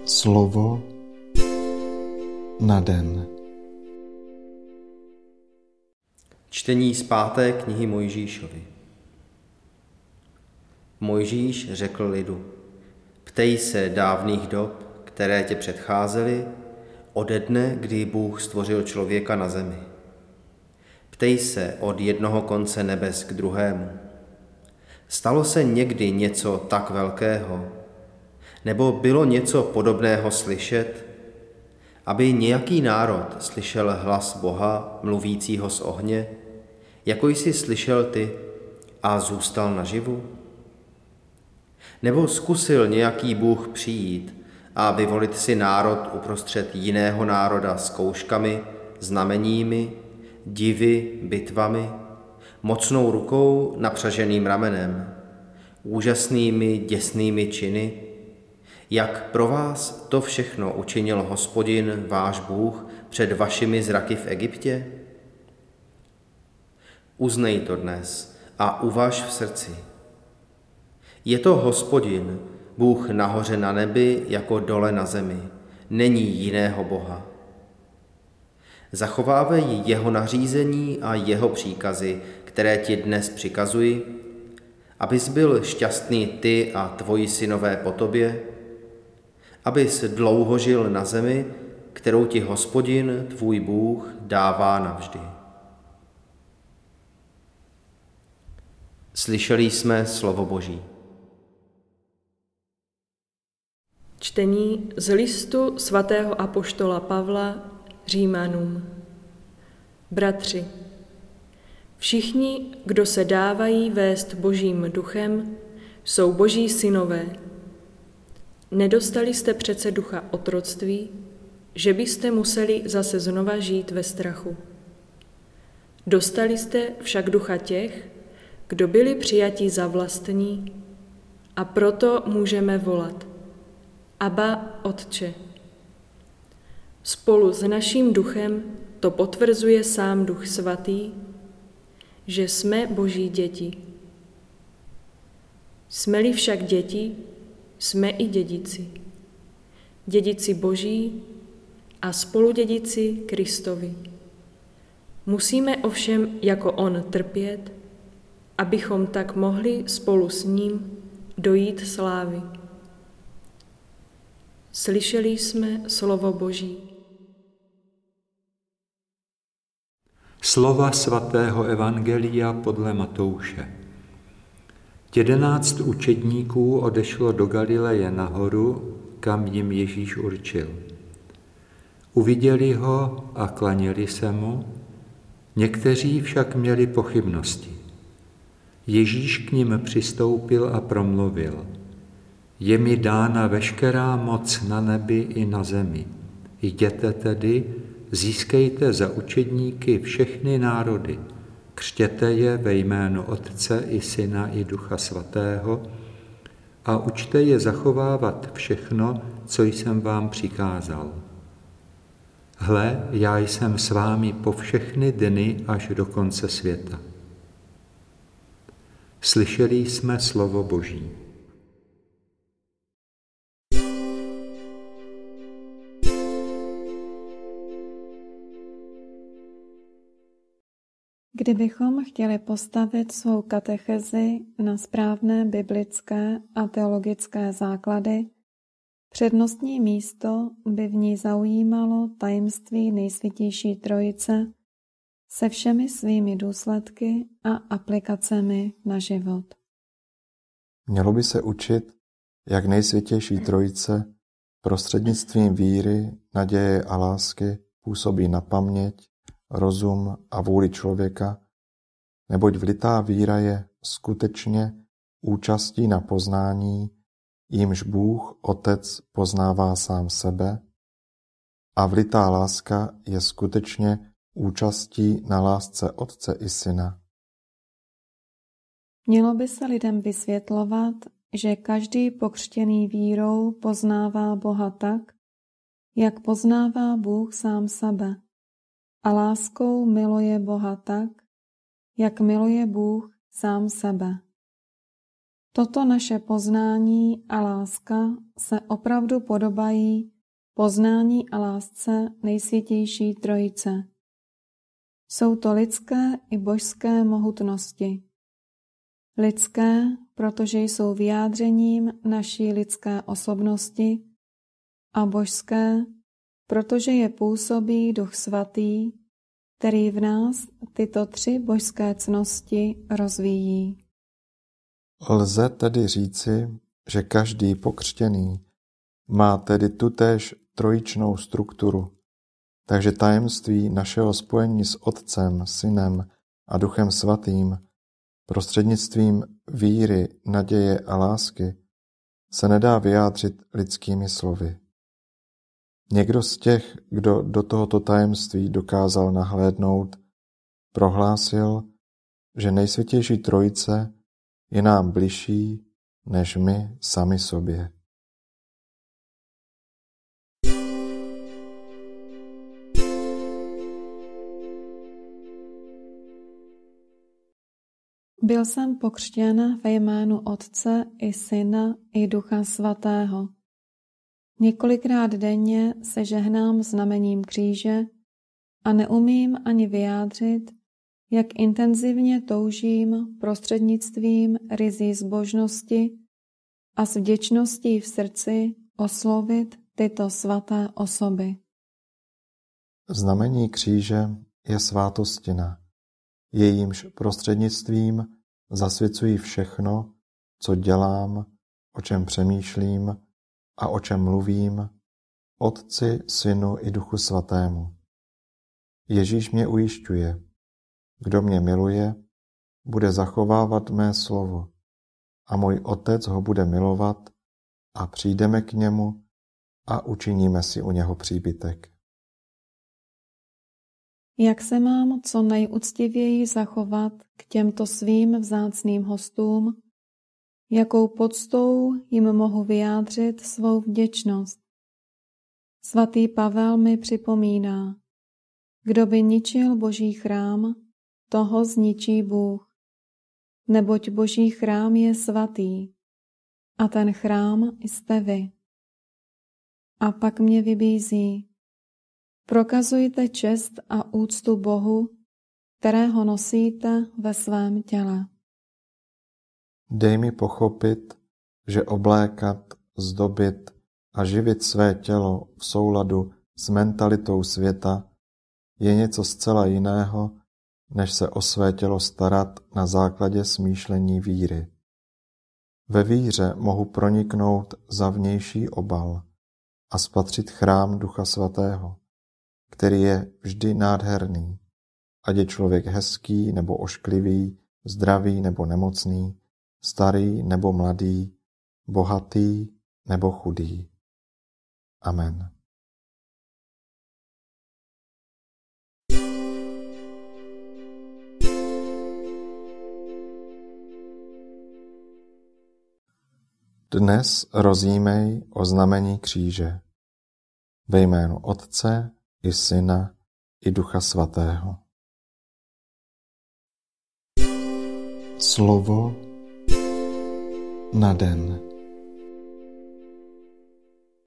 Slovo na den. Čtení z 5. knihy Mojžíšovi. Mojžíš řekl lidu: Ptej se dávných dob, které tě předcházely, ode dne, kdy Bůh stvořil člověka na zemi. Ptej se od jednoho konce nebes k druhému. Stalo se někdy něco tak velkého? Nebo bylo něco podobného slyšet? Aby nějaký národ slyšel hlas Boha, mluvícího z ohně, jako jsi slyšel ty, a zůstal naživu? Nebo zkusil nějaký Bůh přijít a vyvolit si národ uprostřed jiného národa zkouškami, znameními, divy, bitvami, mocnou rukou, napřaženým ramenem, úžasnými, děsnými činy? Jak pro vás to všechno učinil Hospodin, váš Bůh, před vašimi zraky v Egyptě? Uznej to dnes a uvaž v srdci. Je to Hospodin, Bůh nahoře na nebi jako dole na zemi. Není jiného Boha. Zachovávej jeho nařízení a jeho příkazy, které ti dnes přikazuji, abys byl šťastný ty a tvoji synové po tobě, abys dlouho žil na zemi, kterou ti Hospodin, tvůj Bůh, dává navždy. Slyšeli jsme slovo Boží. Čtení z listu svatého apoštola Pavla Římanům. Bratři, všichni, kdo se dávají vést Božím duchem, jsou Boží synové. Nedostali jste přece ducha otroctví, že byste museli zase znova žít ve strachu. Dostali jste však ducha těch, kdo byli přijati za vlastní, a proto můžeme volat: Abba, Otče. Spolu s naším duchem to potvrzuje sám Duch Svatý, že jsme Boží děti. Jsme-li však děti, jsme i dědici. Dědici Boží a spoludědici Kristovi. Musíme ovšem jako on trpět, abychom tak mohli spolu s ním dojít slávy. Slyšeli jsme slovo Boží. Slova svatého evangelia podle Matouše. 11 učedníků odešlo do Galileje nahoru, kam jim Ježíš určil. Uviděli ho a klaněli se mu, někteří však měli pochybnosti. Ježíš k nim přistoupil a promluvil: Je mi dána veškerá moc na nebi i na zemi. Jděte tedy, získejte za učedníky všechny národy, křtěte je ve jménu Otce i Syna i Ducha Svatého a učte je zachovávat všechno, co jsem vám přikázal. Hle, já jsem s vámi po všechny dny až do konce světa. Slyšeli jsme slovo Boží. Kdybychom chtěli postavit svou katechezi na správné biblické a teologické základy, přednostní místo by v ní zaujímalo tajemství Nejsvětější Trojice se všemi svými důsledky a aplikacemi na život. Mělo by se učit, jak Nejsvětější Trojice prostřednictvím víry, naděje a lásky působí na paměť, rozum a vůli člověka, neboť vlitá víra je skutečně účastí na poznání, jímž Bůh Otec poznává sám sebe, a vlitá láska je skutečně účastí na lásce Otce i Syna. Mělo by se lidem vysvětlovat, že každý pokřtěný vírou poznává Boha tak, jak poznává Bůh sám sebe, a láskou miluje Boha tak, jak miluje Bůh sám sebe. Toto naše poznání a láska se opravdu podobají poznání a lásce Nejsvětější Trojice. Jsou to lidské i božské mohutnosti. Lidské, protože jsou vyjádřením naší lidské osobnosti, a božské, protože je působí Duch Svatý, který v nás tyto tři božské ctnosti rozvíjí. Lze tedy říci, že každý pokřtěný má tedy tutéž trojičnou strukturu, takže tajemství našeho spojení s Otcem, Synem a Duchem Svatým prostřednictvím víry, naděje a lásky se nedá vyjádřit lidskými slovy. Někdo z těch, kdo do tohoto tajemství dokázal nahlédnout, prohlásil, že Nejsvětější Trojice je nám bližší než my sami sobě. Byl jsem pokřtěn ve jménu Otce i Syna i Ducha Svatého. Několikrát denně se žehnám znamením kříže a neumím ani vyjádřit, jak intenzivně toužím prostřednictvím ryzí zbožnosti a s vděčností v srdci oslovit tyto svaté osoby. Znamení kříže je svátostina, jejímž prostřednictvím zasvěcuji všechno, co dělám, o čem přemýšlím a o čem mluvím, Otci, Synu i Duchu Svatému. Ježíš mě ujišťuje, kdo mě miluje, bude zachovávat mé slovo a můj Otec ho bude milovat a přijdeme k němu a učiníme si u něho příbytek. Jak se mám co nejúctivěji zachovat k těmto svým vzácným hostům, jakou poctou jim mohu vyjádřit svou vděčnost. Svatý Pavel mi připomíná, kdo by ničil Boží chrám, toho zničí Bůh, neboť Boží chrám je svatý a ten chrám jste vy. A pak mě vybízí, prokazujte čest a úctu Bohu, kterého nosíte ve svém těle. Dej mi pochopit, že oblékat, zdobit a živit své tělo v souladu s mentalitou světa je něco zcela jiného, než se o své tělo starat na základě smýšlení víry. Ve víře mohu proniknout za vnější obal a spatřit chrám Ducha Svatého, který je vždy nádherný, ať je člověk hezký nebo ošklivý, zdravý nebo nemocný, starý nebo mladý, bohatý nebo chudý. Amen. Dnes rozjímej o znamení kříže ve jménu Otce i Syna i Ducha Svatého. Slovo na den.